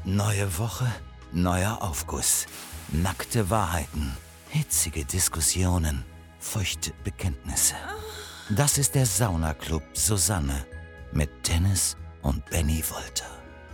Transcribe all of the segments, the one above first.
Neue Woche, neuer Aufguss. Nackte Wahrheiten, hitzige Diskussionen, feuchte Bekenntnisse. Das ist der Saunaclub Susanne mit Dennis und Benny Wolter.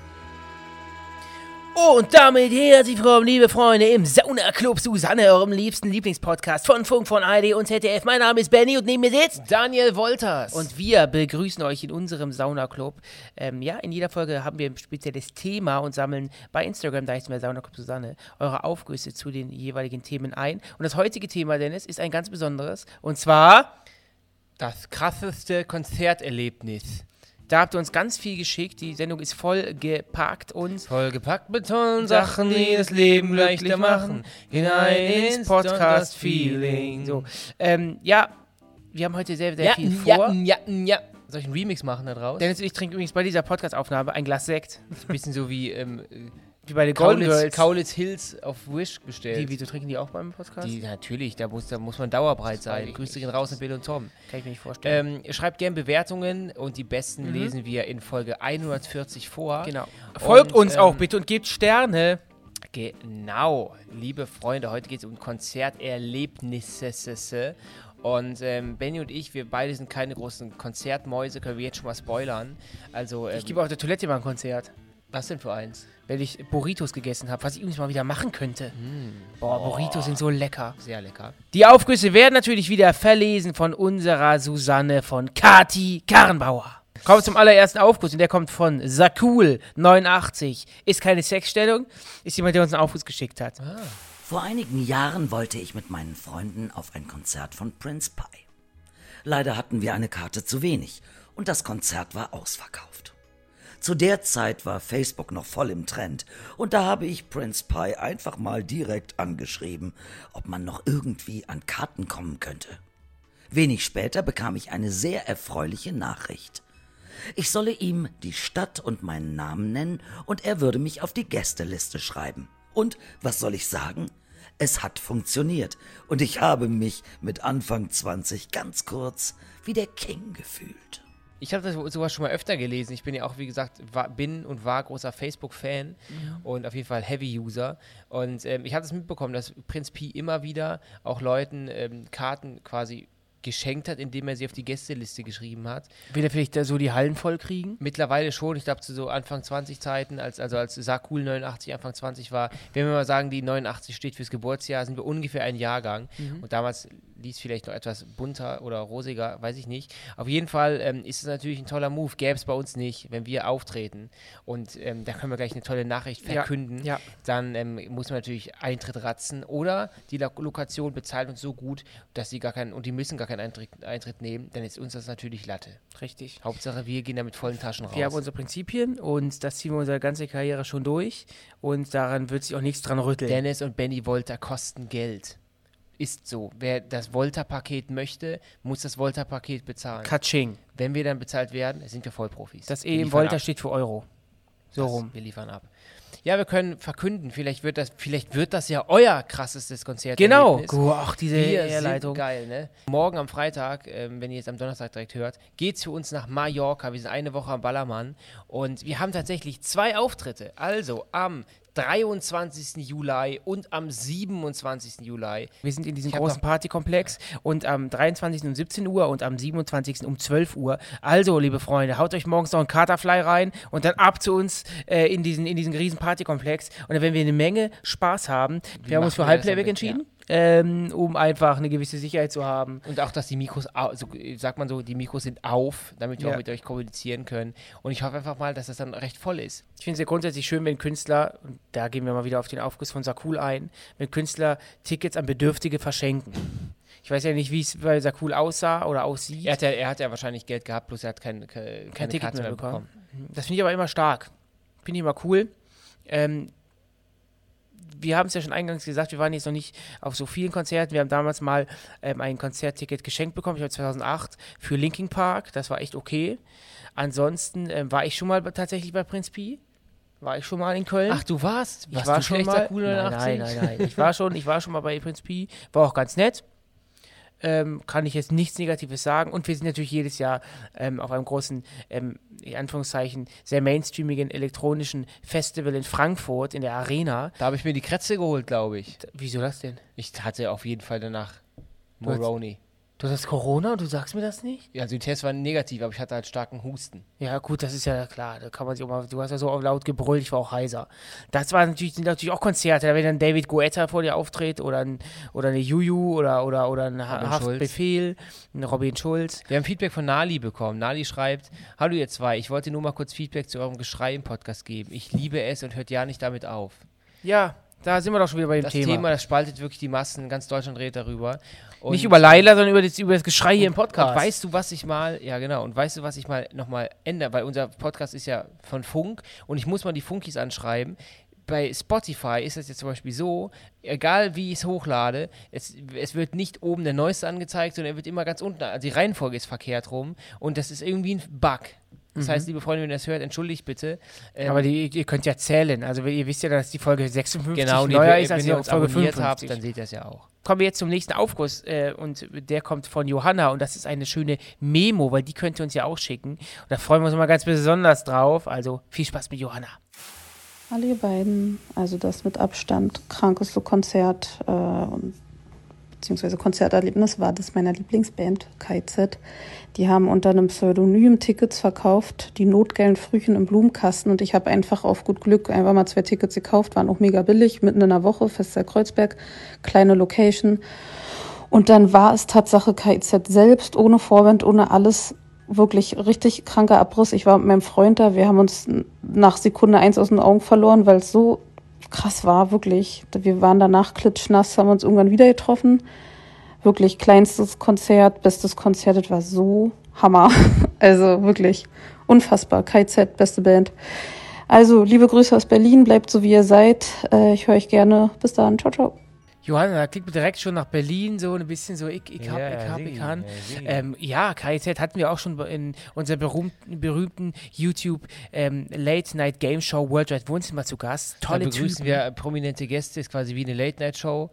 Und damit herzlich willkommen, liebe Freunde, im Saunaclub Susanne, eurem liebsten Lieblingspodcast von Funk, von ARD und ZDF. Mein Name ist Benny und neben mir sitzt Daniel Wolters. Und wir begrüßen euch in unserem Saunaclub. In jeder Folge haben wir ein spezielles Thema und sammeln bei Instagram, da heißt es mehr Saunaclub Susanne, eure Aufgüsse zu den jeweiligen Themen ein. Und das heutige Thema, Dennis, ist ein ganz besonderes. Und zwar das krasseste Konzerterlebnis. Da habt ihr uns ganz viel geschickt. Die Sendung ist voll gepackt und vollgepackt mit tollen Sachen, die das Leben leichter machen. Hinein ins Podcast-Feeling. So, wir haben heute sehr, sehr viel vor. Ja. Soll ich einen Remix machen da draus? Dennis und ich trinken übrigens bei dieser Podcast-Aufnahme ein Glas Sekt. Ein bisschen so wie bei den Golden Girls. Kaulitz Hills auf Wish bestellt. Wieso trinken die auch beim Podcast? Natürlich, da muss man dauerbreit sein. Grüße gehen raus an Bill und Tom. Kann ich mir nicht vorstellen. Schreibt gerne Bewertungen und die besten lesen wir in Folge 140 vor. Genau. Folgt uns auch bitte und gebt Sterne. Genau, liebe Freunde, heute geht es um Konzerterlebnisse. Und Benny und ich, wir beide sind keine großen Konzertmäuse, können wir jetzt schon mal spoilern. Also, ich gebe auf der Toilette mal ein Konzert. Was denn für eins? Weil ich Burritos gegessen habe, was ich übrigens mal wieder machen könnte. Burritos sind so lecker. Sehr lecker. Die Aufgüsse werden natürlich wieder verlesen von unserer Susanne von Kati Karrenbauer. Kommen wir zum allerersten Aufguss und der kommt von Sakul89. Ist keine Sexstellung, ist jemand, der uns einen Aufguss geschickt hat. Vor einigen Jahren wollte ich mit meinen Freunden auf ein Konzert von Prince Pi. Leider hatten wir eine Karte zu wenig und das Konzert war ausverkauft. Zu der Zeit war Facebook noch voll im Trend und da habe ich Prince Pi einfach mal direkt angeschrieben, ob man noch irgendwie an Karten kommen könnte. Wenig später bekam ich eine sehr erfreuliche Nachricht. Ich solle ihm die Stadt und meinen Namen nennen und er würde mich auf die Gästeliste schreiben. Und was soll ich sagen? Es hat funktioniert und ich habe mich mit Anfang 20 ganz kurz wie der King gefühlt. Ich habe das sowas schon mal öfter gelesen. Ich bin ja auch, wie gesagt, war großer Facebook-Fan und auf jeden Fall Heavy-User. Und ich habe das mitbekommen, dass Prince Pi immer wieder auch Leuten Karten quasi geschenkt hat, indem er sie auf die Gästeliste geschrieben hat. Will er vielleicht da so die Hallen voll kriegen? Mittlerweile schon. Ich glaube, zu so Anfang 20 Zeiten, als Sakul 89 Anfang 20 war, wenn wir mal sagen, die 89 steht fürs Geburtsjahr, sind wir ungefähr ein Jahrgang. Und damals lief es vielleicht noch etwas bunter oder rosiger, weiß ich nicht. Auf jeden Fall ist es natürlich ein toller Move. Gäbe es bei uns nicht, wenn wir auftreten. Und da können wir gleich eine tolle Nachricht verkünden. Ja. Dann muss man natürlich Eintritt ratzen. Oder die Lokation bezahlt uns so gut, dass sie die müssen gar keinen Eintritt nehmen. Dann ist uns das natürlich Latte. Richtig. Hauptsache, wir gehen da mit vollen Taschen raus. Wir haben unsere Prinzipien und das ziehen wir unsere ganze Karriere schon durch. Und daran wird sich auch nichts dran rütteln. Dennis und Benny Wolter kosten Geld. Ist so. Wer das Wolter-Paket möchte, muss das Wolter-Paket bezahlen. Katsching. Wenn wir dann bezahlt werden, sind wir Vollprofis. Das E im Wolter steht für Euro. So rum. Wir liefern ab. Ja, wir können verkünden, vielleicht wird das ja euer krassestes Konzert. Genau. Ach, diese Herleitung. Geil, ne? Morgen am Freitag, wenn ihr jetzt am Donnerstag direkt hört, geht's für uns nach Mallorca. Wir sind eine Woche am Ballermann und wir haben tatsächlich 2 Auftritte. Also am 23. Juli und am 27. Juli. Wir sind in diesem großen Partykomplex und am 23. um 17 Uhr und am 27. um 12 Uhr. Also, liebe Freunde, haut euch morgens noch einen Katerfly rein und dann ab zu uns in diesen riesen Partykomplex. Und dann werden wir eine Menge Spaß haben. Wir haben uns für Halbplayback entschieden. Um einfach eine gewisse Sicherheit zu haben. Und auch, dass die Mikros, die Mikros sind auf, damit wir auch mit euch kommunizieren können. Und ich hoffe einfach mal, dass das dann recht voll ist. Ich finde es ja grundsätzlich schön, wenn Künstler, und da gehen wir mal wieder auf den Aufguss von Sakul ein, wenn Künstler Tickets an Bedürftige verschenken. Ich weiß ja nicht, wie es bei Sakul aussah oder aussieht. Er hat ja wahrscheinlich Geld gehabt, bloß er hat keine Tickets mehr bekommen. Das finde ich aber immer stark. Finde ich immer cool. Wir haben es ja schon eingangs gesagt, wir waren jetzt noch nicht auf so vielen Konzerten. Wir haben damals mal ein Konzertticket geschenkt bekommen, ich glaube 2008, für Linkin Park. Das war echt okay. Ansonsten war ich schon mal tatsächlich bei Prince Pi. War ich schon mal in Köln. Ach, du warst? Ich war schon mal. Nein. Ich war schon mal bei Prince Pi. War auch ganz nett. kann ich jetzt nichts Negatives sagen. Und wir sind natürlich jedes Jahr auf einem großen, in Anführungszeichen, sehr mainstreamigen elektronischen Festival in Frankfurt in der Arena. Da habe ich mir die Krätze geholt, glaube ich. Wieso das denn? Ich hatte auf jeden Fall danach Moroni. Du hast Corona und du sagst mir das nicht? Ja, also die Tests waren negativ, aber ich hatte halt starken Husten. Ja, gut, das ist ja klar. Da kann man sich auch mal. Du hast ja so laut gebrüllt, ich war auch heiser. Sind natürlich auch Konzerte, da wenn dann David Guetta vor dir auftritt oder eine Juju oder ein Haftbefehl, ein Robin Schulz. Wir haben Feedback von Nali bekommen. Nali schreibt: Hallo ihr zwei, ich wollte nur mal kurz Feedback zu eurem Geschrei im Podcast geben. Ich liebe es und hört ja nicht damit auf. Ja, da sind wir doch schon wieder bei dem Thema. Das Thema, das spaltet wirklich die Massen. Ganz Deutschland redet darüber. Und nicht über Laila, sondern über das Geschrei hier im Podcast. Und weißt du, was ich mal nochmal ändere? Weil unser Podcast ist ja von Funk und ich muss mal die Funkis anschreiben. Bei Spotify ist das jetzt zum Beispiel so, egal wie ich es hochlade, es wird nicht oben der Neueste angezeigt, sondern er wird immer ganz unten, also die Reihenfolge ist verkehrt rum und das ist irgendwie ein Bug. Das heißt, liebe Freunde, wenn ihr das hört, entschuldigt bitte. Aber ihr könnt ja zählen. Also ihr wisst ja, dass die Folge 56 genau, neuer ist als wenn ihr die uns Folge abonniert 55. habt, dann seht ihr es ja auch. Kommen wir jetzt zum nächsten Aufguss und der kommt von Johanna und das ist eine schöne Memo, weil die könnt ihr uns ja auch schicken. Und da freuen wir uns mal ganz besonders drauf. Also viel Spaß mit Johanna. Hallo ihr beiden, also das mit Abstand krankeste Konzert beziehungsweise Konzerterlebnis war das meiner Lieblingsband KZ. Die haben unter einem Pseudonym Tickets verkauft, die notgeilen Frühchen im Blumenkasten und ich habe einfach auf gut Glück einfach mal 2 Tickets gekauft, waren auch mega billig, mitten in der Woche, Fester Kreuzberg, kleine Location und dann war es Tatsache KZ selbst, ohne Vorwand, ohne alles, wirklich richtig kranker Abriss. Ich war mit meinem Freund da, wir haben uns nach Sekunde 1 aus den Augen verloren, weil es so krass war, wirklich. Wir waren danach klitschnass, haben uns irgendwann wieder getroffen. Wirklich kleinstes Konzert, bestes Konzert, das war so Hammer. Also wirklich unfassbar. KZ, beste Band. Also liebe Grüße aus Berlin, bleibt so wie ihr seid. Ich höre euch gerne. Bis dann, ciao, ciao. Johanna, da klickt direkt schon nach Berlin, so ein bisschen so, ich kann. Ja, KIZ hatten wir auch schon in unserer berühmten YouTube Late Night Game Show Worldwide Wohnzimmer zu Gast. Tolle Da begrüßen Typen. wir prominente Gäste, ist quasi wie eine Late Night Show,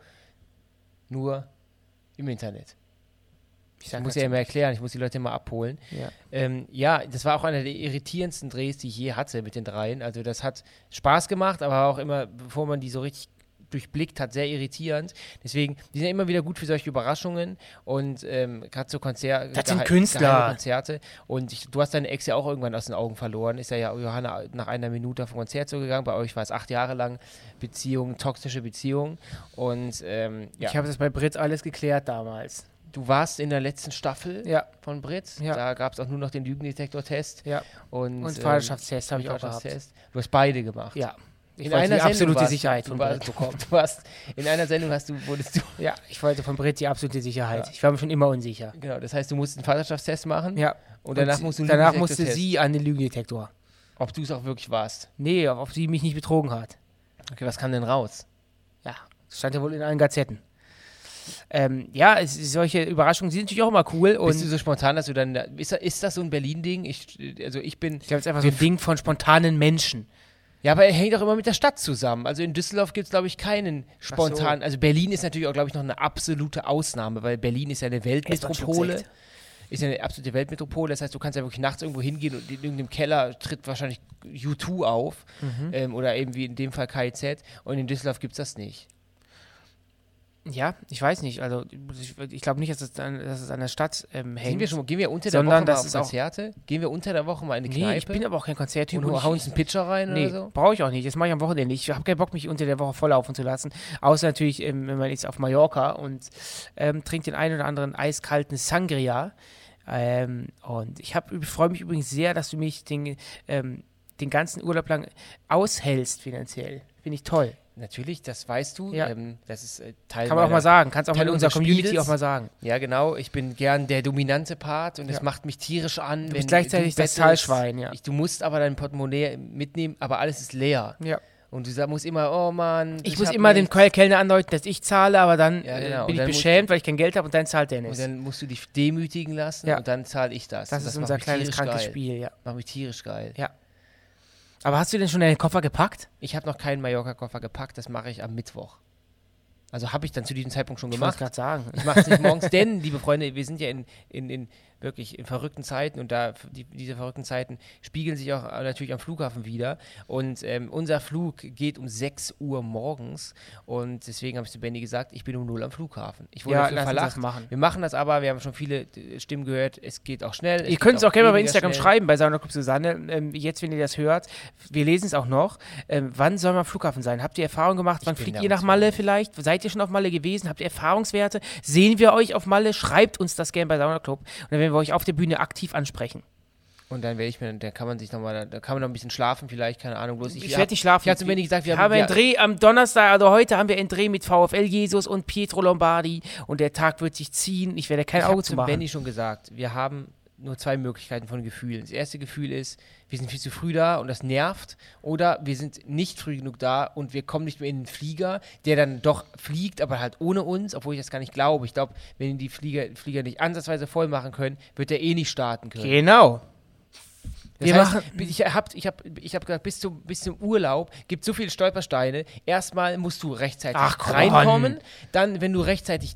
nur im Internet. Ich muss ja immer erklären, ich muss die Leute immer abholen. Ja. Das war auch einer der irritierendsten Drehs, die ich je hatte mit den dreien. Also das hat Spaß gemacht, aber auch immer, bevor man die so richtig durchblickt hat, sehr irritierend. Deswegen, die sind immer wieder gut für solche Überraschungen und gerade so Konzerte. Das sind Künstler. Konzerte. Und du hast deine Ex ja auch irgendwann aus den Augen verloren. Ist ja Johanna nach einer Minute vom Konzert so gegangen. Bei euch war es 8 Jahre lang toxische Beziehung. Und Ich habe das bei Brit alles geklärt damals. Du warst in der letzten Staffel von Brit. Ja. Da gab es auch nur noch den Lügendetektor-Test. Ja. Und Vaterschaftstest habe ich auch gehabt. Du hast beide gemacht. Ja. In einer die absolute Sendung Sicherheit von Brit bekommen. In einer Sendung wurdest du. Ja, ich wollte von Brit die absolute Sicherheit. Ja. Ich war mir schon immer unsicher. Genau, das heißt, du musst einen Vaterschaftstest machen. Ja. Und danach musste sie an den Lügendetektor. Ob du es auch wirklich warst? Nee, ob sie mich nicht betrogen hat. Okay, was kam denn raus? Ja, das stand ja wohl in allen Gazetten. Solche Überraschungen sind natürlich auch immer cool. Und bist du so spontan, dass du dann. Ist das so ein Berlin-Ding? Ich glaube, es ist einfach so ein Ding von spontanen Menschen. Ja, aber er hängt auch immer mit der Stadt zusammen. Also in Düsseldorf gibt es, glaube ich, keinen spontanen. So. Also Berlin ist natürlich auch, glaube ich, noch eine absolute Ausnahme, weil Berlin ist ja eine Weltmetropole. Ist ja eine absolute Weltmetropole. Das heißt, du kannst ja wirklich nachts irgendwo hingehen und in irgendeinem Keller tritt wahrscheinlich U2 auf. Oder eben wie in dem Fall KIZ. Und in Düsseldorf gibt es das nicht. Ja, ich weiß nicht. Also ich glaube nicht, dass es an der Stadt hängt. Gehen wir unter der Woche mal auf Konzerte? Gehen wir unter der Woche mal in eine Kneipe? Nee, ich bin aber auch kein Konzerttyp. Und hauen uns einen Pitcher rein oder so? Brauche ich auch nicht. Das mache ich am Wochenende. Ich habe keinen Bock, mich unter der Woche volllaufen zu lassen. Außer natürlich, wenn man ist auf Mallorca und trinkt den einen oder anderen eiskalten Sangria. Und ich freue mich übrigens sehr, dass du mich den ganzen Urlaub lang aushältst finanziell. Finde ich toll. Natürlich, das weißt du. Ja. Das ist Teil kann man auch mal sagen. Kannst auch Teil mal in unserer Community Spieles. auch mal sagen. Ja, genau. Ich bin gern der dominante Part und es macht mich tierisch an. Du bist gleichzeitig das Zahlschwein, ja. Du musst aber dein Portemonnaie mitnehmen, aber alles ist leer. Ja. Und du musst immer, oh Mann. Ich muss immer dem Kellner andeuten, dass ich zahle, aber dann bin ich beschämt, weil ich kein Geld habe und dann zahlt Dennis. Und dann musst du dich demütigen lassen und dann zahle ich das. Das ist unser kleines krankes Spiel, ja. Macht mich tierisch geil. Ja. Aber hast du denn schon deinen Koffer gepackt? Ich habe noch keinen Mallorca-Koffer gepackt, das mache ich am Mittwoch. Also habe ich dann zu diesem Zeitpunkt schon Ich wollte gemacht. gerade sagen. Ich mache es nicht morgens, denn, liebe Freunde, wir sind ja in wirklich in verrückten Zeiten und diese verrückten Zeiten spiegeln sich auch natürlich am Flughafen wieder. Und unser Flug geht um 6 Uhr morgens und deswegen habe ich zu Benny gesagt, ich bin um 0 am Flughafen. Ich wurde dafür lass uns verlacht. das machen. Wir machen das aber, wir haben schon viele Stimmen gehört, es geht auch schnell. Ihr könnt es auch gerne mal bei weniger Instagram schnell. schreiben, bei Sauna Club Susanne. Jetzt, wenn ihr das hört, wir lesen es auch noch. Wann soll man am Flughafen sein? Habt ihr Erfahrung gemacht? Wann bin fliegt da ihr nach um Malle 12. vielleicht? Seid ihr schon auf Malle gewesen? Habt ihr Erfahrungswerte? Sehen wir euch auf Malle? Schreibt uns das gerne bei Sauna Club. Und dann werden wir euch auf der Bühne aktiv ansprechen. Und dann da kann man noch ein bisschen schlafen vielleicht, keine Ahnung. Bloß Ich werde nicht schlafen. Ich hatte zu Benny gesagt, wir haben einen Dreh am Donnerstag, also heute haben wir einen Dreh mit VfL Jesus und Pietro Lombardi und der Tag wird sich ziehen. Ich werde kein Auge zu zu machen. Benny schon gesagt, wir haben nur 2 Möglichkeiten von Gefühlen. Das erste Gefühl ist, wir sind viel zu früh da und das nervt. Oder wir sind nicht früh genug da und wir kommen nicht mehr in den Flieger, der dann doch fliegt, aber halt ohne uns, obwohl ich das gar nicht glaube. Ich glaube, wenn die Flieger nicht ansatzweise voll machen können, wird der eh nicht starten können. Genau. Das heißt, ich hab gesagt, bis zum Urlaub gibt es so viele Stolpersteine. Erstmal musst du rechtzeitig reinkommen. Dann, wenn du rechtzeitig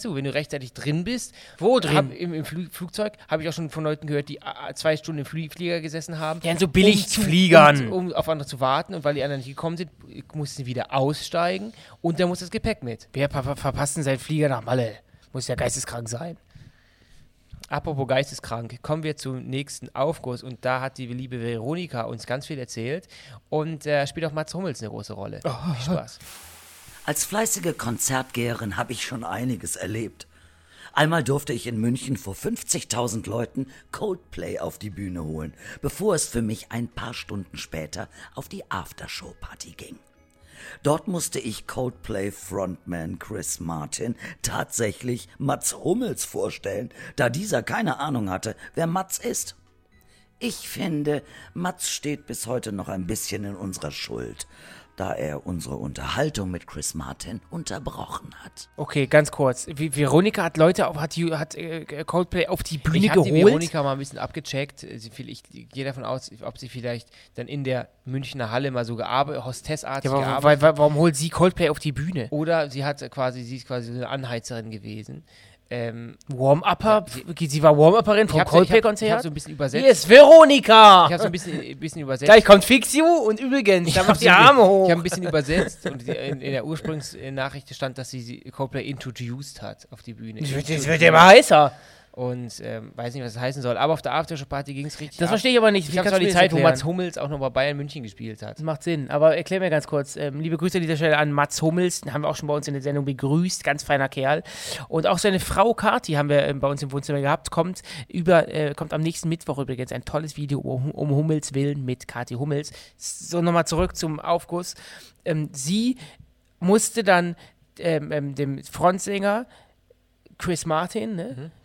drin bist. Wo drin? Im Flugzeug habe ich auch schon von Leuten gehört, die 2 Stunden im Flieger gesessen haben. Ja, in so Billigfliegern. Um auf andere zu warten. Und weil die anderen nicht gekommen sind, mussten sie wieder aussteigen. Und dann muss das Gepäck mit. Wer verpasst denn seinen Flieger nach Malle? Muss ja geisteskrank sein. Apropos geisteskrank, kommen wir zum nächsten Aufguss und da hat die liebe Veronika uns ganz viel erzählt und spielt auch Mats Hummels eine große Rolle. Viel Spaß. Als fleißige Konzertgeherin habe ich schon einiges erlebt. Einmal durfte ich in München vor 50.000 Leuten Coldplay auf die Bühne holen, bevor es für mich ein paar Stunden später auf die Aftershow-Party ging. Dort musste ich Coldplay-Frontman Chris Martin tatsächlich Mats Hummels vorstellen, da dieser keine Ahnung hatte, wer Mats ist. Ich finde, Mats steht bis heute noch ein bisschen in unserer Schuld, da er unsere Unterhaltung mit Chris Martin unterbrochen hat. Okay, ganz kurz. Veronika hat Coldplay auf die Bühne Ich habe geholt. die Veronika mal ein bisschen abgecheckt. Ich gehe davon aus, ob sie vielleicht dann in der Münchner Halle mal so hostessartig gearbeitet hat. Warum holt sie Coldplay auf die Bühne? Oder sie ist quasi so eine Anheizerin gewesen. Warm-Upper? Sie war Warm-Upperin vom Coldplay-Konzert? Ich habe so ein bisschen übersetzt. Hier ist Veronika! Ich habe so ein bisschen übersetzt. Gleich kommt Fix You und übrigens, da macht die Arme hoch. Ich habe ein bisschen übersetzt und in der Ursprungsnachricht stand, dass sie Coldplay introduced hat auf die Bühne. Das wird ja immer heißer. Und weiß nicht, was das heißen soll. Aber auf der Aftershow-Party ging es richtig Das ab. verstehe ich aber nicht. Ich glaube, es war die Zeit, wo Mats Hummels auch noch bei Bayern München gespielt hat. Das macht Sinn. Aber erklär mir ganz kurz. Liebe Grüße an dieser Stelle an Mats Hummels. Den haben wir auch schon bei uns in der Sendung begrüßt. Ganz feiner Kerl. Und auch seine Frau Kati haben wir bei uns im Wohnzimmer gehabt. Kommt am nächsten Mittwoch übrigens ein tolles Video um Hummels Willen mit Kati Hummels. So, nochmal zurück zum Aufguss. Sie musste dann dem Frontsänger Chris Martin,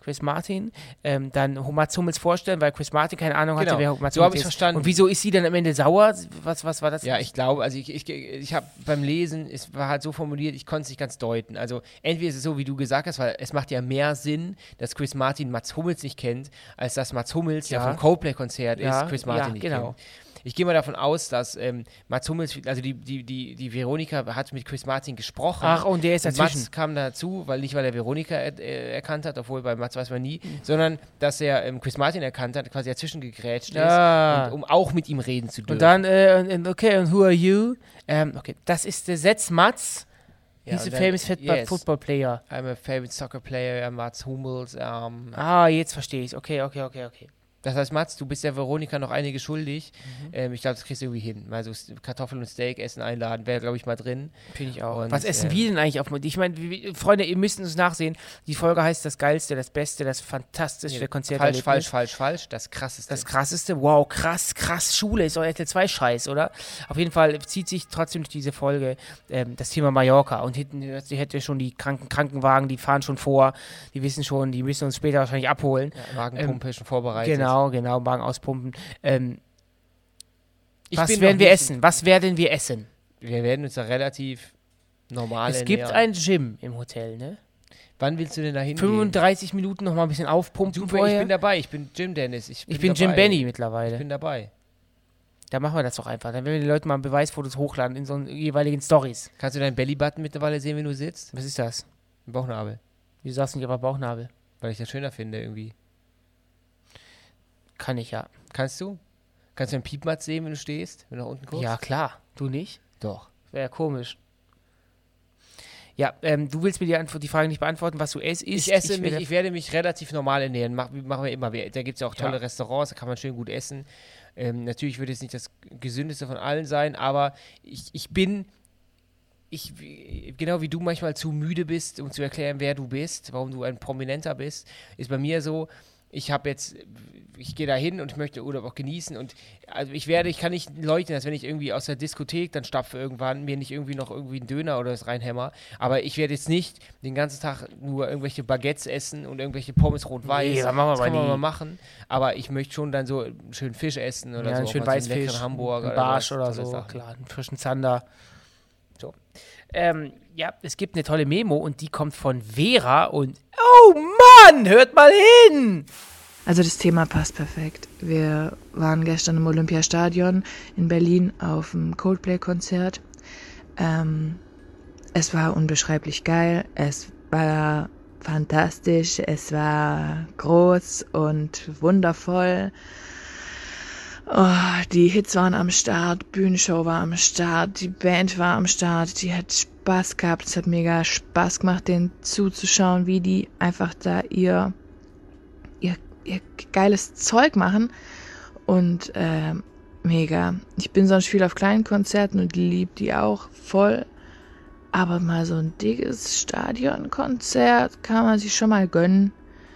dann Mats Hummels vorstellen, weil Chris Martin keine Ahnung hatte, wer Mats so Hummels habe ich ist. verstanden. Und wieso ist sie dann am Ende sauer? Was war das? Ja, ich glaube, also ich habe beim Lesen, es war halt so formuliert, ich konnte es nicht ganz deuten. Also entweder ist es so, wie du gesagt hast, weil es macht ja mehr Sinn, dass Chris Martin Mats Hummels nicht kennt, als dass Mats Hummels, der vom Coldplay-Konzert ist, Chris Martin nicht kennt. Ich gehe mal davon aus, dass Mats Hummels, also die Veronika hat mit Chris Martin gesprochen. Ach, und der ist dazwischen. Mats kam dazu, weil er Veronika erkannt hat, obwohl bei Mats weiß man nie, sondern dass er Chris Martin erkannt hat, quasi dazwischen gegrätscht ist, um auch mit ihm reden zu dürfen. Und dann, und who are you? Okay, das ist der Setz Mats. He's a famous football player. I'm a favorite soccer player, Mats Hummels. Jetzt verstehe ich. Okay. Das heißt, Mats, du bist der Veronika noch einige schuldig. Ich glaube, das kriegst du irgendwie hin. Mal so Kartoffeln und Steak essen einladen, wäre, glaube ich, mal drin. Finde ich auch. Und, was essen wir denn eigentlich auf? Ich meine, Freunde, ihr müsst uns nachsehen. Die Folge heißt das Geilste, das Beste, das Fantastische Konzert. Falsch. Das Krasseste. Das Krasseste. Wow, krass. Schule ist doch RTL 2 Scheiß, oder? Auf jeden Fall zieht sich trotzdem durch diese Folge das Thema Mallorca. Und hinten hätte schon die Krankenwagen, die fahren schon vor. Die wissen schon, die müssen uns später wahrscheinlich abholen. Ja, Wagenpumpe schon vorbereitet. Genau, Magen auspumpen. Was werden wir essen? Wir werden uns da relativ normal ernähren. Es gibt ein Gym im Hotel, ne? Wann willst du denn da hingehen? 35 Minuten noch mal ein bisschen aufpumpen. Super, ich bin dabei. Ich bin Jim Dennis. Ich bin Jim Benny mittlerweile. Ich bin dabei. Da machen wir das doch einfach. Dann werden wir die Leute mal Beweisfotos hochladen in so jeweiligen Stories. Kannst du deinen Bellybutton mittlerweile sehen, wenn du sitzt? Was ist das? Ein Bauchnabel. Wieso sagst du nicht aber Bauchnabel? Weil ich das schöner finde irgendwie. Kann ich ja. Kannst du? Kannst du einen Piepmatz sehen, wenn du stehst? Wenn du nach unten guckst? Ja, klar. Du nicht? Doch. Wäre ja komisch. Ja, du willst mir die Frage nicht beantworten, was du isst. Ich werde mich relativ normal ernähren. Machen wir immer. Da gibt es ja auch tolle Restaurants, da kann man schön gut essen. Natürlich würde es nicht das gesündeste von allen sein, aber ich bin, genau wie du manchmal zu müde bist, um zu erklären, wer du bist, warum du ein Prominenter bist, ist bei mir so, ich gehe da hin und ich möchte Urlaub auch genießen und also ich kann nicht leugnen, dass wenn ich irgendwie aus der Diskothek dann stapfe irgendwann, mir nicht irgendwie noch irgendwie einen Döner oder was reinhämmer, aber ich werde jetzt nicht den ganzen Tag nur irgendwelche Baguettes essen und irgendwelche Pommes rot-weiß. Nee, das kann man mal machen, aber ich möchte schon dann so einen schönen Fisch essen oder so. Einen schönen Weißfisch, einen Hamburger einen Barsch oder so, Sachen. klar, einen frischen Zander. So. Ja, es gibt eine tolle Memo und die kommt von Vera und oh Mann, hört mal hin! Also das Thema passt perfekt. Wir waren gestern im Olympiastadion in Berlin auf dem Coldplay-Konzert. Es war unbeschreiblich geil, es war fantastisch, es war groß und wundervoll. Oh, die Hits waren am Start, Bühnenshow war am Start, die Band war am Start, die hat Spaß gehabt, es hat mega Spaß gemacht, denen zuzuschauen, wie die einfach da ihr geiles Zeug machen und mega. Ich bin sonst viel auf kleinen Konzerten und liebe die auch voll, aber mal so ein dickes Stadionkonzert kann man sich schon mal gönnen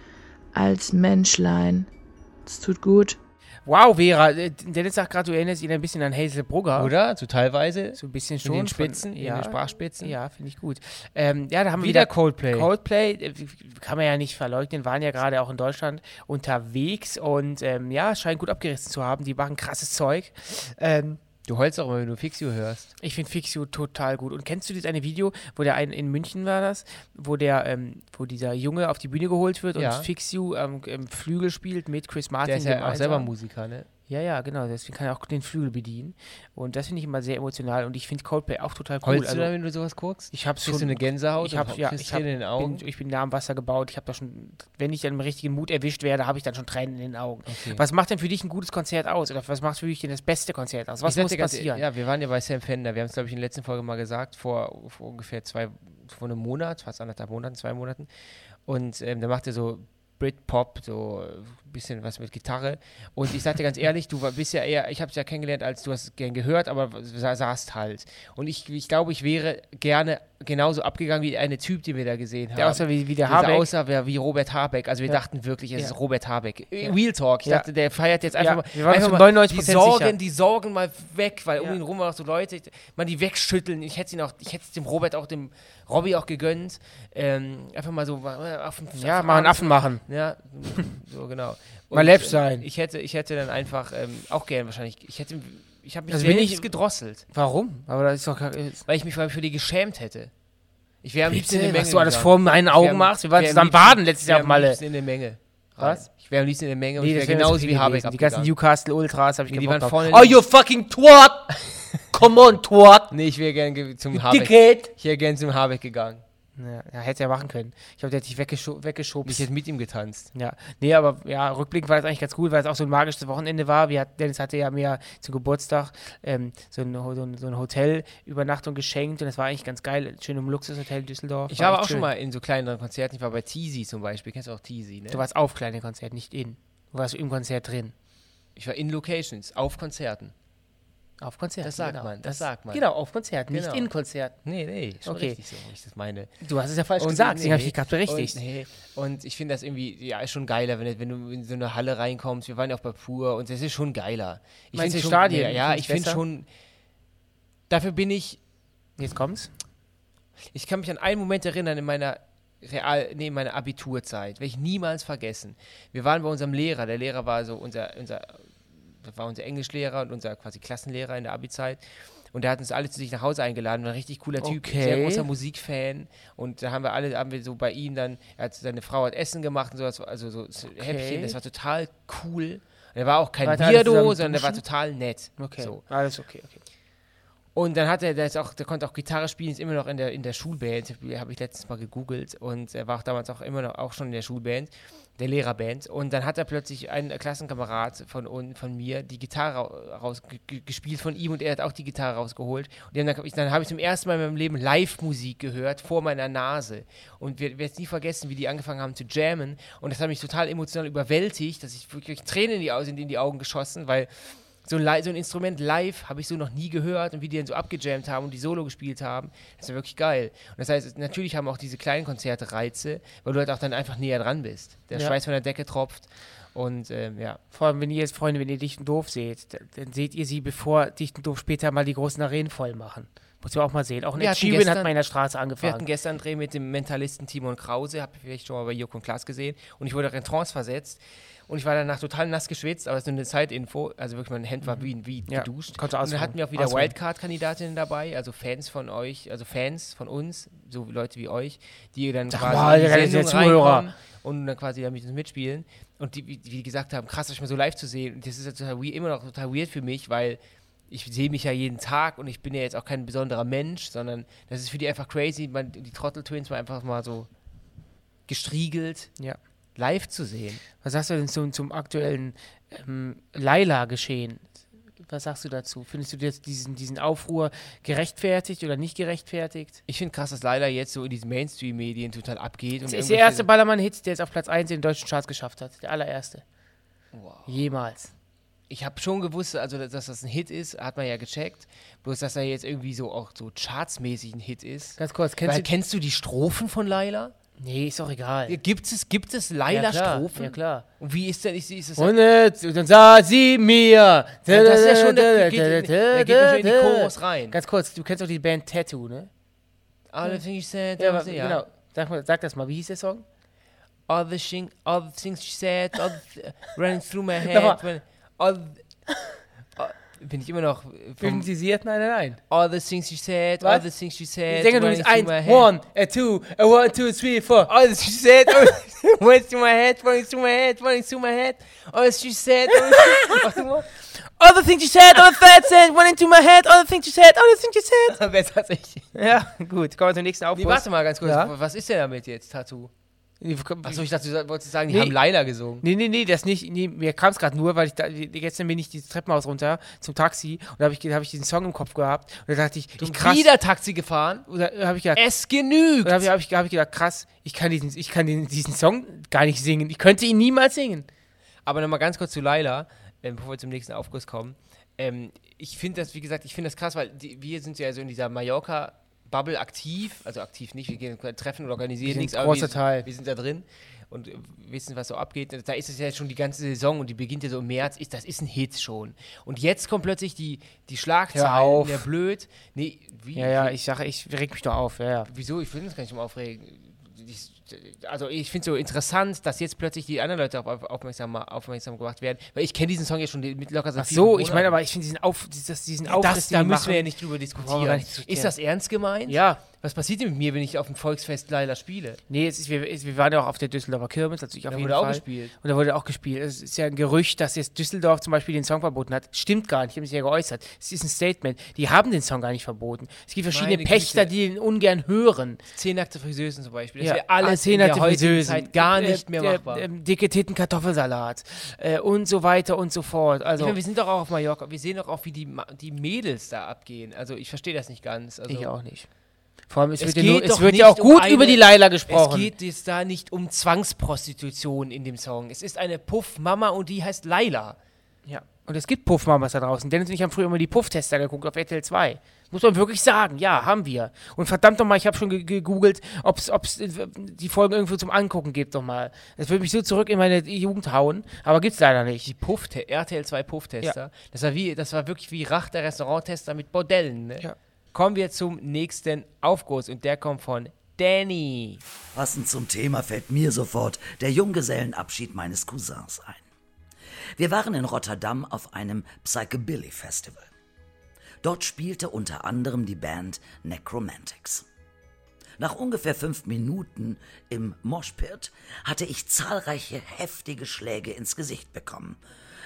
als Menschlein. Das tut gut. Wow, Vera, Dennis sagt gerade, du erinnerst ihn ein bisschen an Hazel Brugger. Oder? So teilweise. So ein bisschen schon. In den Spitzen, in den Sprachspitzen. Ja, finde ich gut. Ja, da haben wir wieder Coldplay. Coldplay, kann man ja nicht verleugnen, waren ja gerade auch in Deutschland unterwegs und ja, es scheint gut abgerissen zu haben. Die machen krasses Zeug. Du heulst auch immer, wenn du Fixio hörst. Ich finde Fixio total gut. Und kennst du dieses eine Video, wo der in München war das, wo dieser Junge auf die Bühne geholt wird und Fixio Flügel spielt mit Chris Martin. Der ist ja auch selber Musiker, ne? Ja, genau. Deswegen kann er auch den Flügel bedienen. Und das finde ich immer sehr emotional. Und ich finde Coldplay auch total cool. Heulst du da, wenn du sowas guckst? Ich habe schon du eine Gänsehaut? Ich bin nah am Wasser gebaut. Ich habe da schon, wenn ich dann im richtigen Mut erwischt werde, habe ich dann schon Tränen in den Augen. Okay. Was macht denn für dich ein gutes Konzert aus? Oder was macht für dich denn das beste Konzert aus? Was muss passieren? Ja, wir waren ja bei Sam Fender. Wir haben es, glaube ich, in der letzten Folge mal gesagt, vor ungefähr vor einem Monat, fast 1,5 Monaten, 2 Monaten. Und da macht er so Britpop, so ein bisschen was mit Gitarre. Und ich sag dir ganz ehrlich, du bist ja eher, ich habe es ja kennengelernt, als du hast es gern gehört, aber saßt halt. Und ich glaube, ich wäre gerne genauso abgegangen wie der eine Typ, den wir da gesehen haben. Der aussah wie der Habeck. Der aussah wie Robert Habeck. Also wir dachten wirklich, es ist Robert Habeck. Real Talk. Ich dachte, der feiert jetzt einfach mal. Wir waren einfach mal 99% die Sorgen mal weg, weil um ihn rum waren auch so Leute, man die wegschütteln. Ich hätte es dem Robert auch, dem Robby auch gegönnt. Einfach mal so Affen. Ja, mal einen Affen machen. Ja, so genau. Und, mal läppisch sein. Ich hätte dann einfach auch gern wahrscheinlich, ich habe mich sehr gedrosselt. Warum? Aber das ist doch weil ich mich für die geschämt hätte. Ich wäre am liebsten in der Menge. Was du alles vor meinen Augen machst? Wir waren zusammen baden letztes Jahr auf Malle. Ich wäre am liebsten in der Menge. Was? Ich wäre am liebsten in der Menge und ich wäre genauso wie Habeck. Die ganzen Newcastle Ultras habe ich die waren vorne. Oh, you fucking twat! Come on, twat! Nee, ich wäre gern zum Habeck. Ich wäre gern zum Habeck gegangen. Ja, hätte er machen können. Ich glaube, der hat dich weggeschoben. Ich hätte mit ihm getanzt. Ja, nee, aber ja, rückblickend war das eigentlich ganz cool, weil es auch so ein magisches Wochenende war. Dennis hatte ja mir zum Geburtstag so eine Hotelübernachtung geschenkt und das war eigentlich ganz geil. Schön im Luxushotel in Düsseldorf. Ich war auch schon mal in so kleineren Konzerten. Ich war bei Teasy zum Beispiel. Kennst du auch Teasy, ne? Du warst auf kleine Konzerten, nicht in. Du warst im Konzert drin. Ich war in Locations, auf Konzerten. Auf Konzerten. Das sagt man. Genau, auf Konzerten, nicht in Konzerten. Nee, schon richtig so, wie ich das meine. Du hast es ja falsch gesagt, deswegen habe ich dich gerade berichtigt. Und ich finde das irgendwie, ja, ist schon geiler, wenn du in so eine Halle reinkommst. Wir waren ja auch bei Pur und das ist schon geiler. Ich finde schon Stadien. Ja, ich finde schon, dafür bin ich. Jetzt kommt's. Ich kann mich an einen Moment erinnern in meiner meiner Abiturzeit, werde ich niemals vergessen. Wir waren bei unserem Lehrer, der Lehrer war so unser Englischlehrer und unser quasi Klassenlehrer in der Abi-Zeit. Und der hat uns alle zu sich nach Hause eingeladen, war ein richtig cooler Typ, sehr großer Musikfan. Und da haben wir so bei ihm dann, seine Frau hat Essen gemacht und sowas, also so Häppchen, das war total cool. Der war auch kein Wart ihr alle Weirdo, zusammen sondern der war duschen? total nett. Okay, So. alles okay. Und dann der konnte auch Gitarre spielen, ist immer noch in der Schulband, habe ich letztens mal gegoogelt, und er war auch damals auch schon in der Schulband, der Lehrerband. Und dann hat er plötzlich ein Klassenkamerad von mir die Gitarre gespielt von ihm, und er hat auch die Gitarre rausgeholt. Und dann habe ich zum ersten Mal in meinem Leben Live-Musik gehört, vor meiner Nase. Und wir werden es nie vergessen, wie die angefangen haben zu jammen. Und das hat mich total emotional überwältigt, dass ich wirklich Tränen in die Augen geschossen, weil so ein Instrument live habe ich so noch nie gehört, und wie die dann so abgejammt haben und die Solo gespielt haben, das war wirklich geil. Und das heißt, natürlich haben auch diese kleinen Konzerte Reize, weil du halt auch dann einfach näher dran bist. Der Schweiß von der Decke tropft und ja. Vor allem, wenn ihr Dicht und Doof seht, dann seht ihr sie, bevor Dicht und Doof später mal die großen Arenen voll machen. Muss man auch mal sehen. Auch in Schieben hat man in der Straße angefangen. Wir hatten gestern einen Dreh mit dem Mentalisten Timon Krause, habt ihr vielleicht schon mal bei Joko und Klaas gesehen, und ich wurde auch in Trance versetzt. Und ich war danach total nass geschwitzt, aber es ist nur eine Zeitinfo. Also wirklich, mein Hemd war wie geduscht. Und dann hatten wir auch wieder Wildcard-Kandidatinnen dabei, also Fans von euch, also Fans von uns, so Leute wie euch, die dann quasi in die Sendung reinkommen und dann quasi damit mitspielen. Und die gesagt haben, krass, euch mal so live zu sehen. Und das ist ja immer noch total weird für mich, weil ich sehe mich ja jeden Tag und ich bin ja jetzt auch kein besonderer Mensch, sondern das ist für die einfach crazy, die Trottel-Twins mal einfach mal so gestriegelt. Ja. Live zu sehen. Was sagst du denn zum aktuellen Laila-Geschehen? Was sagst du dazu? Findest du jetzt diesen Aufruhr gerechtfertigt oder nicht gerechtfertigt? Ich finde krass, dass Laila jetzt so in diesen Mainstream-Medien total abgeht. Das ist der erste Ballermann-Hit, der es auf Platz 1 in den deutschen Charts geschafft hat. Der allererste. Wow. Jemals. Ich habe schon gewusst, also dass das ein Hit ist, hat man ja gecheckt. Bloß, dass er jetzt irgendwie so auch so chartsmäßig ein Hit ist. Ganz kurz, kennst du die Strophen von Laila? Nee, ist doch egal. Gibt es Laila-Strophen? Ja, klar. Und wie ist das? Und dann sah sie mir. Ja, das ist ja schon, der geht ja schon in die Chorus rein. Ganz kurz, du kennst doch die Band Tattoo, ne? All the things she said. Ja, genau. Sag das mal, wie hieß der Song? All the things she said, running through my head. Bin ich immer noch hypnotisiert? Nein. All the things she said, Was? all the things she said. Ich denke, du bist 1, 1, 2, 3, 4. All the things she said, running through my head, running through my head, running through my head. All the things she said, all the things she said, all the things she said, running through my head, all the things she said, all the things she said. Besser als ich. Ja, gut, kommen wir zum nächsten Aufruf. Nee, warte mal ganz kurz, ja? Was ist denn damit jetzt, Tattoo? Achso, ich dachte, du wolltest sagen, die haben Laila gesungen. Nee, das nicht. Nee, mir kam es gerade nur, weil gestern bin ich dieses Treppenhaus runter zum Taxi und da hab ich diesen Song im Kopf gehabt und da dachte ich, krass. Wieder Taxi gefahren? Oder habe ich gedacht, es genügt. Oder hab ich gedacht, krass, ich kann diesen Song gar nicht singen. Ich könnte ihn niemals singen. Aber nochmal ganz kurz zu Laila, bevor wir zum nächsten Aufguss kommen. Ich finde das krass, weil wir sind ja so in dieser Mallorca Bubble aktiv, also aktiv nicht, wir gehen treffen und organisieren nichts, aber wir sind da drin und wissen, was so abgeht. Da ist es ja schon die ganze Saison und die beginnt ja so im März, das ist ein Hit schon. Und jetzt kommt plötzlich die Schlagzeilen, der blöd. Nee, wie? Ja, ich reg mich doch auf, ja. Wieso? Ich will mich gar nicht aufregen. Also ich finde es so interessant, dass jetzt plötzlich die anderen Leute aufmerksam gemacht werden, weil ich kenne diesen Song ja schon mit locker seit 4 Monaten. Ich meine aber, ich finde diesen Aufriss, da müssen wir ja nicht drüber diskutieren. Ist das ernst gemeint? Ja. Was passiert denn mit mir, wenn ich auf dem Volksfest Laila spiele? Nee, wir waren ja auch auf der Düsseldorfer Kirmes, natürlich auf jeden Fall. Da wurde auch gespielt. Und da wurde auch gespielt. Es ist ja ein Gerücht, dass jetzt Düsseldorf zum Beispiel den Song verboten hat. Stimmt gar nicht, ich habe mich ja geäußert. Es ist ein Statement. Die haben den Song gar nicht verboten. Es gibt verschiedene Pächter, die den ungern hören. 10 nackte Friseusen zum Beispiel. Das ja, wäre alles in der heutigen Zeit gar nicht mehr machbar. Dicke Titten Kartoffelsalat und so weiter und so fort. Also, ich meine, wir sind doch auch auf Mallorca. Wir sehen doch auch, wie die Mädels da abgehen. Also ich verstehe das nicht ganz. Also, ich auch nicht. Vor allem, es wird ja auch gut über die Laila gesprochen. Es geht jetzt da nicht um Zwangsprostitution in dem Song. Es ist eine Puff-Mama und die heißt Laila. Ja, und es gibt Puff-Mamas da draußen. Dennis und ich haben früher immer die Puff-Tester geguckt auf RTL 2. Muss man wirklich sagen, ja, haben wir. Und verdammt nochmal, ich habe schon gegoogelt, ob es die Folgen irgendwo zum Angucken gibt nochmal. Das würde mich so zurück in meine Jugend hauen, aber gibt's leider nicht. Die RTL 2 Puff-Tester, ja. Das war wirklich wie Rach der Restauranttester mit Bordellen, ne? Ja. Kommen wir zum nächsten Aufguss und der kommt von Danny. Passend zum Thema fällt mir sofort der Junggesellenabschied meines Cousins ein. Wir waren in Rotterdam auf einem Psychobilly-Festival. Dort spielte unter anderem die Band Necromantics. Nach ungefähr 5 Minuten im Moshpit hatte ich zahlreiche heftige Schläge ins Gesicht bekommen.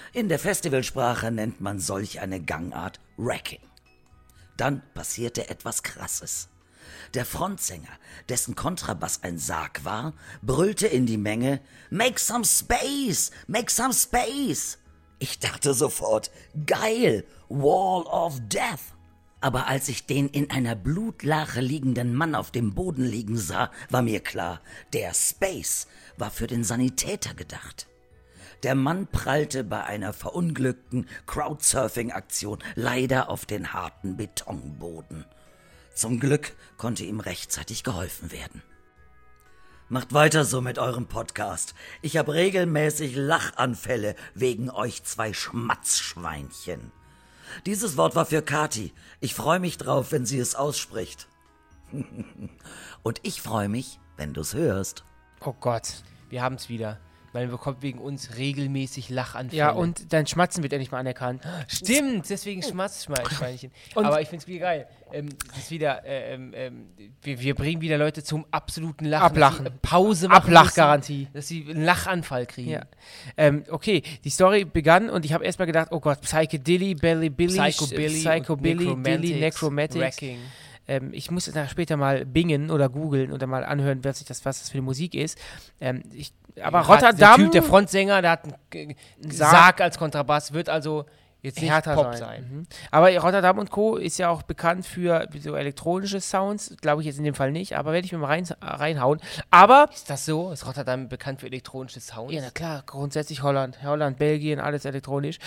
In der Festivalsprache nennt man solch eine Gangart Wrecking. Dann passierte etwas Krasses. Der Frontsänger, dessen Kontrabass ein Sarg war, brüllte in die Menge: Make some space! Make some space! Ich dachte sofort: geil! Wall of Death! Aber als ich den in einer Blutlache liegenden Mann auf dem Boden liegen sah, war mir klar, der Space war für den Sanitäter gedacht. Der Mann prallte bei einer verunglückten Crowdsurfing-Aktion leider auf den harten Betonboden. Zum Glück konnte ihm rechtzeitig geholfen werden. Macht weiter so mit eurem Podcast. Ich habe regelmäßig Lachanfälle wegen euch 2 Schmatzschweinchen. Dieses Wort war für Kathi. Ich freue mich drauf, wenn sie es ausspricht. Und ich freue mich, wenn du es hörst. Oh Gott, wir haben es wieder. Man bekommt wegen uns regelmäßig Lachanfälle. Ja, und dein Schmatzen wird endlich mal anerkannt. Stimmt, deswegen Schmatzschweinchen. Aber ich finde es wieder geil. Das ist wieder, wir bringen wieder Leute zum absoluten Lachen. Ablachen. Pause machen Ablachgarantie. müssen, dass sie einen Lachanfall kriegen. Ja. Okay, die Story begann und ich habe erstmal gedacht, oh Gott, Psychebilly, Necromantics. Wrecking. Ich muss da später mal bingen oder googeln oder mal anhören, was das für eine Musik ist. Aber Rotterdam... Der Frontsänger, der hat einen Sarg als Kontrabass, wird also jetzt nicht härter Pop sein. Mhm. Aber Rotterdam und Co. ist ja auch bekannt für so elektronische Sounds. Glaube ich jetzt in dem Fall nicht, aber werde ich mir mal reinhauen. Aber... Ist das so? Ist Rotterdam bekannt für elektronische Sounds? Ja, na klar, grundsätzlich Holland, Belgien, alles elektronisch.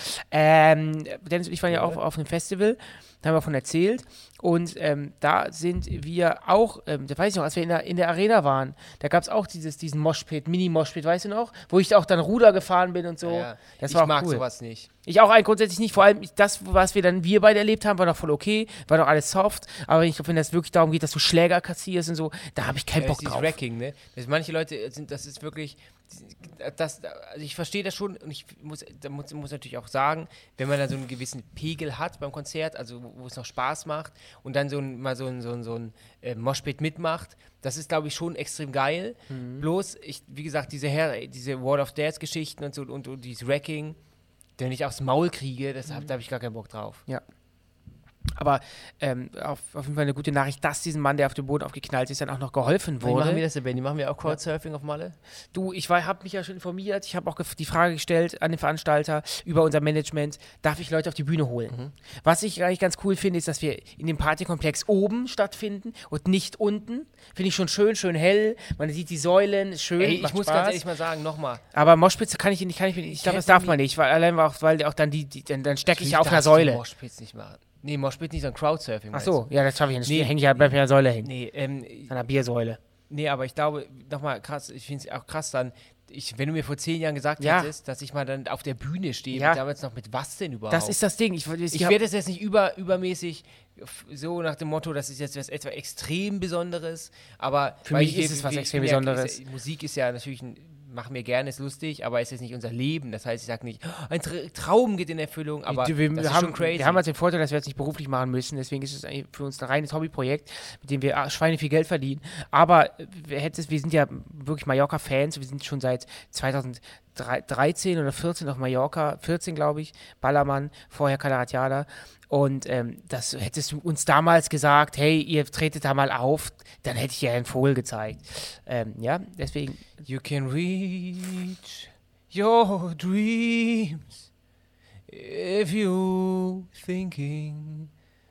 Dennis und ich waren ja auch auf einem Festival, da haben wir davon erzählt. Und da sind wir auch, da weiß ich noch, als wir in der Arena waren, da gab es auch diesen Moshpit, Mini-Moshpit, weißt du noch? Wo ich auch dann Ruder gefahren bin und so. Ja, das war ich mag cool. sowas nicht. Ich auch grundsätzlich nicht. Vor allem das, was wir beide erlebt haben, war doch voll okay, war doch alles soft. Aber wenn das wirklich darum geht, dass du Schläger kassierst und so, da habe ich keinen Bock drauf. Wrecking, ne? Manche Leute das ist wirklich... also ich verstehe das schon und ich muss natürlich auch sagen, wenn man da so einen gewissen Pegel hat beim Konzert, also wo es noch Spaß macht und dann so ein Moshpit mitmacht, das ist, glaube ich, schon extrem geil. Bloß, wie gesagt, diese Wall of Death Geschichten und so und dieses Wrecking, wenn ich aufs Maul kriege, da habe ich gar keinen Bock drauf. Ja. Aber auf jeden Fall eine gute Nachricht, dass diesem Mann, der auf dem Boden aufgeknallt ist, dann auch noch geholfen wurde. Wie machen wir das denn, Benni? Machen wir auch Crowdsurfing auf Malle? Du, ich habe mich ja schon informiert. Ich habe auch die Frage gestellt an den Veranstalter über unser Management, darf ich Leute auf die Bühne holen? Was ich eigentlich ganz cool finde, ist, dass wir in dem Partykomplex oben stattfinden und nicht unten. Finde ich schon schön hell. Man sieht die Säulen, ist schön. Ey, ich muss ganz ehrlich mal sagen, nochmal. Aber Moshpits kann ich glaube, das darf man nicht, weil auch dann dann stecke ich auf einer Säule. Moshpits nicht machen. Nee, Moshpit nicht, sondern Crowdsurfing. Ach so, ja, das schaffe ich nicht. Nee, Bleib ja an der Säule hängen. Nee, an der Biersäule. Nee, aber ich glaube, nochmal krass, ich finde es auch krass dann, wenn du mir vor 10 Jahren gesagt hättest, dass ich mal dann auf der Bühne stehe, damals noch mit was denn überhaupt? Das ist das Ding. Ich werde das jetzt nicht übermäßig so nach dem Motto, das ist jetzt was etwas extrem Besonderes, aber für mich ist es was extrem Besonderes. Musik ist ja natürlich machen wir gerne, ist lustig, aber es ist nicht unser Leben. Das heißt, ich sage nicht, ein Traum geht in Erfüllung, aber das ist schon crazy. Wir haben halt den Vorteil, dass wir jetzt nicht beruflich machen müssen, deswegen ist es eigentlich für uns ein reines Hobbyprojekt, mit dem wir Schweine viel Geld verdienen. Aber wir sind ja wirklich Mallorca-Fans, wir sind schon seit 2013 oder 14 auf Mallorca, 14 glaube ich, Ballermann, vorher Calaratiada. Und das hättest du uns damals gesagt, hey, ihr tretet da mal auf, dann hätte ich dir einen Vogel gezeigt. Deswegen. You can reach your dreams if you thinking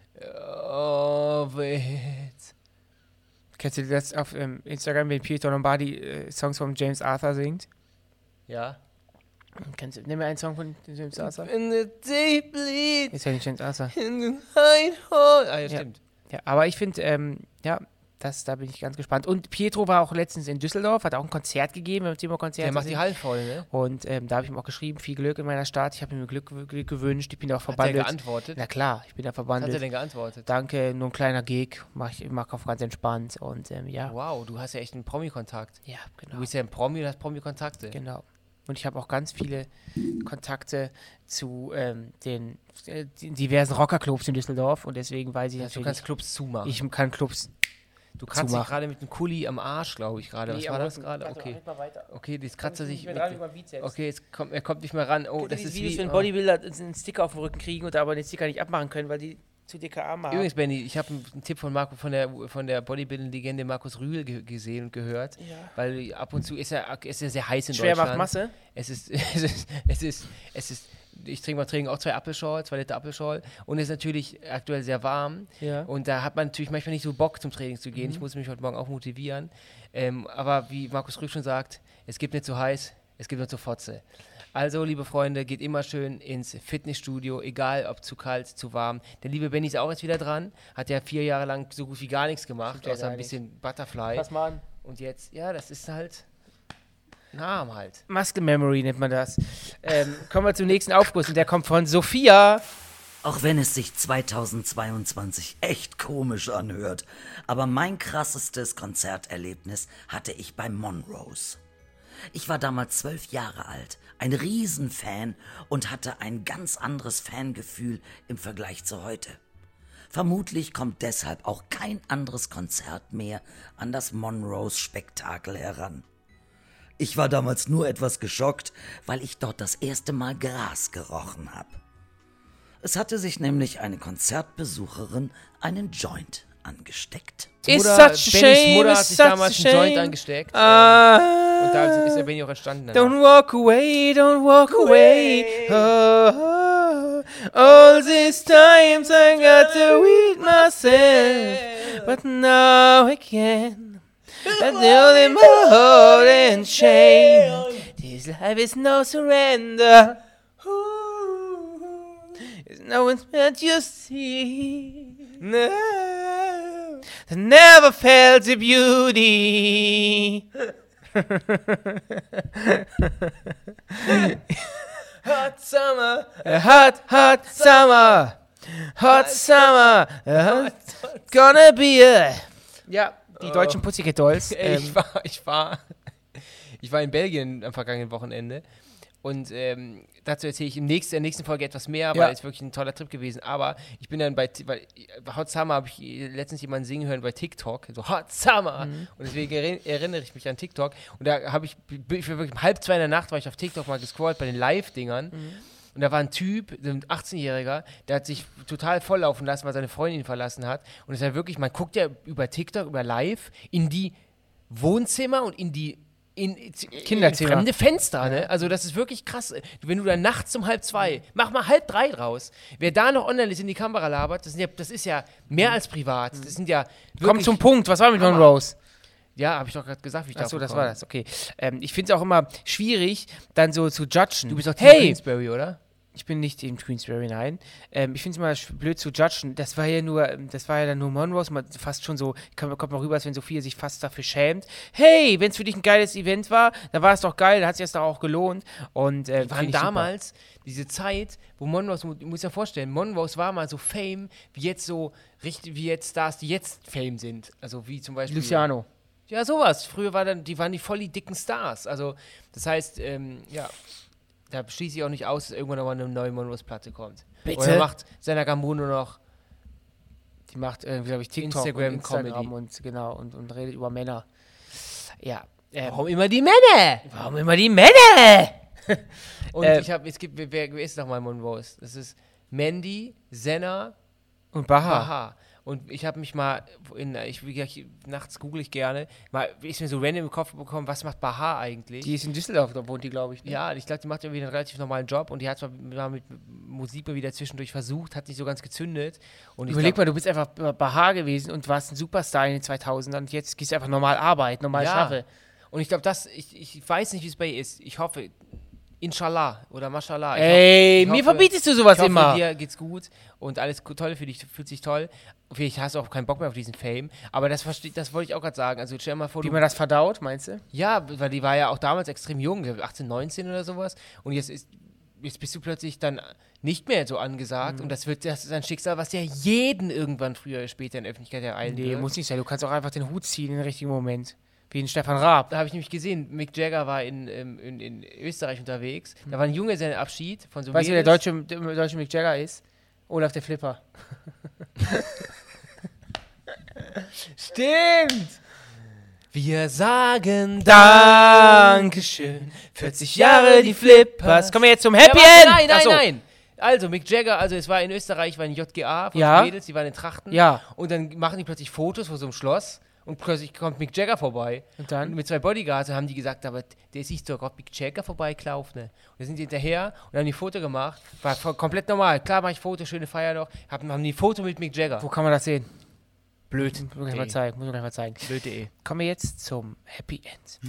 of it. Kennst du das auf Instagram, wenn Pietro Lombardi Songs von James Arthur singt? Ja. Nimm mir einen Song von James Arthur. In the deep bleed. Ist ja nicht James Arthur. In the high hole. Ah, ja, stimmt. Ja, aber ich finde, da bin ich ganz gespannt. Und Pietro war auch letztens in Düsseldorf, hat auch ein Konzert gegeben, beim Thema Konzert. Der macht die Hallen voll, ne? Und da habe ich ihm auch geschrieben, viel Glück in meiner Stadt. Ich habe ihm Glück gewünscht, ich bin auch verbandelt. Hat er geantwortet? Na klar, ich bin da verbandelt. Was hat er denn geantwortet? Danke, nur ein kleiner Gig, mach auch ganz entspannt und Wow, du hast ja echt einen Promi-Kontakt. Ja, genau. Du bist ja ein Promi und hast Promi-Kontakte. Genau. Und ich habe auch ganz viele Kontakte zu den diversen Rockerclubs in Düsseldorf und deswegen weiß ich natürlich... Du kannst Clubs zumachen. Ich kann Clubs Du kratzt dich gerade mit einem Kuli am Arsch, glaube ich gerade. Was war das gerade? Okay. Okay, jetzt kratzt er sich. Okay, er kommt nicht mehr ran. Oh, das ist wie wenn Bodybuilder einen Sticker auf dem Rücken kriegen und aber den Sticker nicht abmachen können, weil die zu dicke Arme haben. Übrigens, Benni, ich habe einen Tipp von Marco von der Bodybuilding-Legende Markus Rühl gesehen und gehört, weil ab und zu ist er sehr heiß in Schwer Deutschland. macht Masse? Es ist ich trinke auch 2 Liter Apfelschorle und es ist natürlich aktuell sehr warm und da hat man natürlich manchmal nicht so Bock zum Training zu gehen. Ich muss mich heute Morgen auch motivieren, aber wie Markus Rühl schon sagt, es gibt nicht zu heiß, es gibt nur zu Fotze. Also, liebe Freunde, geht immer schön ins Fitnessstudio, egal ob zu kalt, zu warm. Der liebe Benni ist auch jetzt wieder dran, hat ja 4 Jahre lang so gut wie gar nichts gemacht, außer ein bisschen Butterfly. Pass mal an. Und jetzt, ja, das ist halt Arm halt. Muscle Memory nennt man das. Kommen wir zum nächsten Aufguss und der kommt von Sophia. Auch wenn es sich 2022 echt komisch anhört, aber mein krassestes Konzerterlebnis hatte ich bei Monrose. Ich war damals 12 Jahre alt, ein Riesenfan und hatte ein ganz anderes Fangefühl im Vergleich zu heute. Vermutlich kommt deshalb auch kein anderes Konzert mehr an das Monrose-Spektakel heran. Ich war damals nur etwas geschockt, weil ich dort das erste Mal Gras gerochen habe. Es hatte sich nämlich eine Konzertbesucherin einen Joint angesteckt. It's such a shame, Bennys Mutter hat it's sich such damals a einen Joint shame. angesteckt. Und da ist der Benny auch entstanden. Don't walk away. Oh, all these times I got to eat myself, but now I can. And only my heart and shame. This life is no surrender. It's no one's meant you see. No, I never felt the beauty. Hot summer, hot summer, hot summer, gonna be a... Ja, die deutschen Pussycat Dolls. Ich war in Belgien am vergangenen Wochenende und dazu erzähle ich in der nächsten Folge etwas mehr, weil es wirklich ein toller Trip gewesen. Aber ich bin dann bei Hot Summer habe ich letztens jemanden singen hören bei TikTok, so Hot Summer. Und deswegen erinnere ich mich an TikTok. Und da bin ich wirklich um 1:30 in der Nacht war ich auf TikTok mal gescrollt bei den Live-Dingern. Und da war ein Typ, ein 18-Jähriger, der hat sich total volllaufen lassen, weil seine Freundin ihn verlassen hat. Und es ist ja wirklich, man guckt ja über TikTok, über Live in die Wohnzimmer und in Kinderzimmer. fremde Fenster, ne? Also das ist wirklich krass. Wenn du dann nachts um 1:30, mach mal 2:30 draus. Wer da noch online ist, in die Kamera labert, das ist ja mehr als privat. Das sind ja wirklich... Komm zum Punkt, was war mit Monrose? Ja, habe ich doch gerade gesagt, wie ich Achso, das komme. war das, okay. Ich finde es auch immer schwierig, dann so zu judgen. Du bist doch Team Queensberry, oder? Ich bin nicht Team Queensberry, nein. Ich finde es immer blöd zu judgen. Das war ja dann nur Monrose, fast schon so, kommt mal rüber, als wenn Sophia sich fast dafür schämt. Hey, wenn es für dich ein geiles Event war, dann war es doch geil, dann hat es sich das doch auch gelohnt. Und waren damals diese Zeit, wo Monrose, du musst dir vorstellen, Monrose war mal so Fame, wie jetzt Stars, die jetzt Fame sind. Also wie zum Beispiel Luciano. Ja, sowas. Früher waren die voll die dicken Stars. Also, das heißt, da schließe ich auch nicht aus, dass irgendwann nochmal eine neue Monrose-Platte kommt. Bitte? Oder macht Senna Gambono noch... Die macht, glaube ich, TikTok Instagram, und Instagram Comedy. Und genau, und redet über Männer. Ja. Warum immer die Männer? Warum immer die Männer? Und wer ist nochmal Monrose? Das ist Mandy, Senna Und Baha. Baha. Und ich habe mich mal, nachts google ich gerne, ist mir so random im Kopf bekommen, was macht Baha eigentlich? Die ist in Düsseldorf, da wohnt die, glaube ich. Ne? Ja, ich glaube, die macht irgendwie einen relativ normalen Job und die hat zwar mit Musik mal wieder zwischendurch versucht, hat nicht so ganz gezündet. Und Überleg mal, du bist einfach Baha gewesen und warst ein Superstar in den 2000ern und jetzt gehst du einfach normal arbeiten, normal schaffen. Und ich glaube, ich weiß nicht, wie es bei ihr ist. Ich hoffe, Inshallah oder Mashallah. Mir verbietest du sowas immer. Dir geht's gut und alles toll für dich, fühlt sich toll. Vielleicht hast du auch keinen Bock mehr auf diesen Fame, aber das wollte ich auch gerade sagen. Also stell dir mal vor, wie man das verdaut, meinst du? Ja, weil die war ja auch damals extrem jung, 18, 19 oder sowas. Und jetzt bist du plötzlich dann nicht mehr so angesagt und das ist ein Schicksal, was ja jeden irgendwann früher oder später in der Öffentlichkeit ereilen wird. Nee, muss nicht sein. Du kannst auch einfach den Hut ziehen im richtigen Moment. Wie in Stefan Raab. Da habe ich nämlich gesehen, Mick Jagger war in Österreich unterwegs. Da war ein Junggesellenabschied von so. Weißt du, wer der deutsche Mick Jagger ist? Olaf der Flipper. Stimmt! Wir sagen Dankeschön. 40 Jahre die Flippers. Kommen wir jetzt zum Happy End. Nein. Also, Mick Jagger, also es war in Österreich, war ein JGA von den Mädels, die waren in Trachten. Ja. Und dann machen die plötzlich Fotos vor so einem Schloss und plötzlich kommt Mick Jagger vorbei. Und dann? Und mit 2 Bodyguards haben die gesagt, aber der ist doch gerade Mick Jagger vorbeigelaufen. Ne? Und da sind die hinterher und haben die Foto gemacht. War komplett normal. Klar mache ich Foto, schöne Feier noch. Haben die Foto mit Mick Jagger. Wo kann man das sehen? Blöd. Muss ich gleich mal zeigen. Blöd.de. Kommen wir jetzt zum Happy End.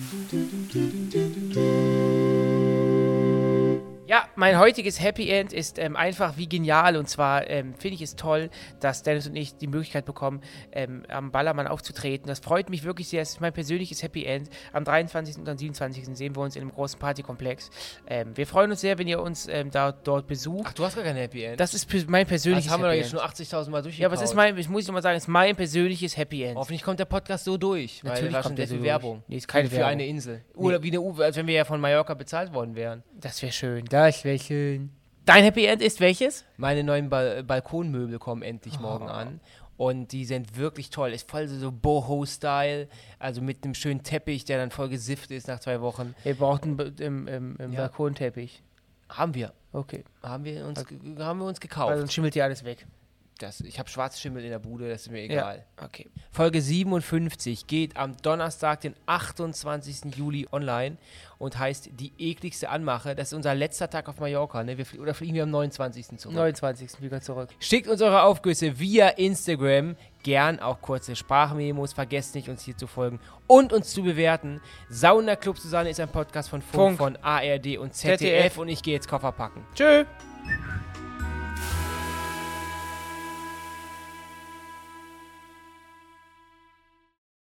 Ja, mein heutiges Happy End ist einfach wie genial. Und zwar finde ich es toll, dass Dennis und ich die Möglichkeit bekommen, am Ballermann aufzutreten. Das freut mich wirklich sehr. Es ist mein persönliches Happy End. Am 23. und am 27. sehen wir uns in einem großen Partykomplex. Wir freuen uns sehr, wenn ihr uns dort besucht. Ach, du hast gar kein Happy End? Das ist mein persönliches Happy End. Das haben wir doch jetzt schon 80.000 Mal durchgekaut. Ja, aber es ist ich muss nochmal sagen, es ist mein persönliches Happy End. Hoffentlich kommt der Podcast so durch. Natürlich weil kommt der so durch. Werbung. Nee, ist keine für Werbung. eine Insel. Oder wie als wenn wir ja von Mallorca bezahlt worden wären. Das wäre schön. Das wäre schön. Dein Happy End ist welches? Meine neuen Balkonmöbel kommen endlich morgen an. Und die sind wirklich toll. Ist voll so Boho-Style. Also mit einem schönen Teppich, der dann voll gesifft ist nach 2 Wochen. Wir brauchten im Balkonteppich. Haben wir. Okay. Haben wir uns gekauft. Weil sonst schimmelt dir alles weg. Ich habe Schwarzschimmel in der Bude, das ist mir egal. Ja, okay. Folge 57 geht am Donnerstag, den 28. Juli online und heißt Die ekligste Anmache. Das ist unser letzter Tag auf Mallorca, ne? Oder fliegen wir am 29. zurück? 29. wieder zurück. Schickt uns eure Aufgüsse via Instagram. Gern auch kurze Sprachmemos. Vergesst nicht, uns hier zu folgen und uns zu bewerten. Sauna Club Susanne ist ein Podcast von Funk, von ARD und ZDF. Und ich gehe jetzt Koffer packen. Tschö.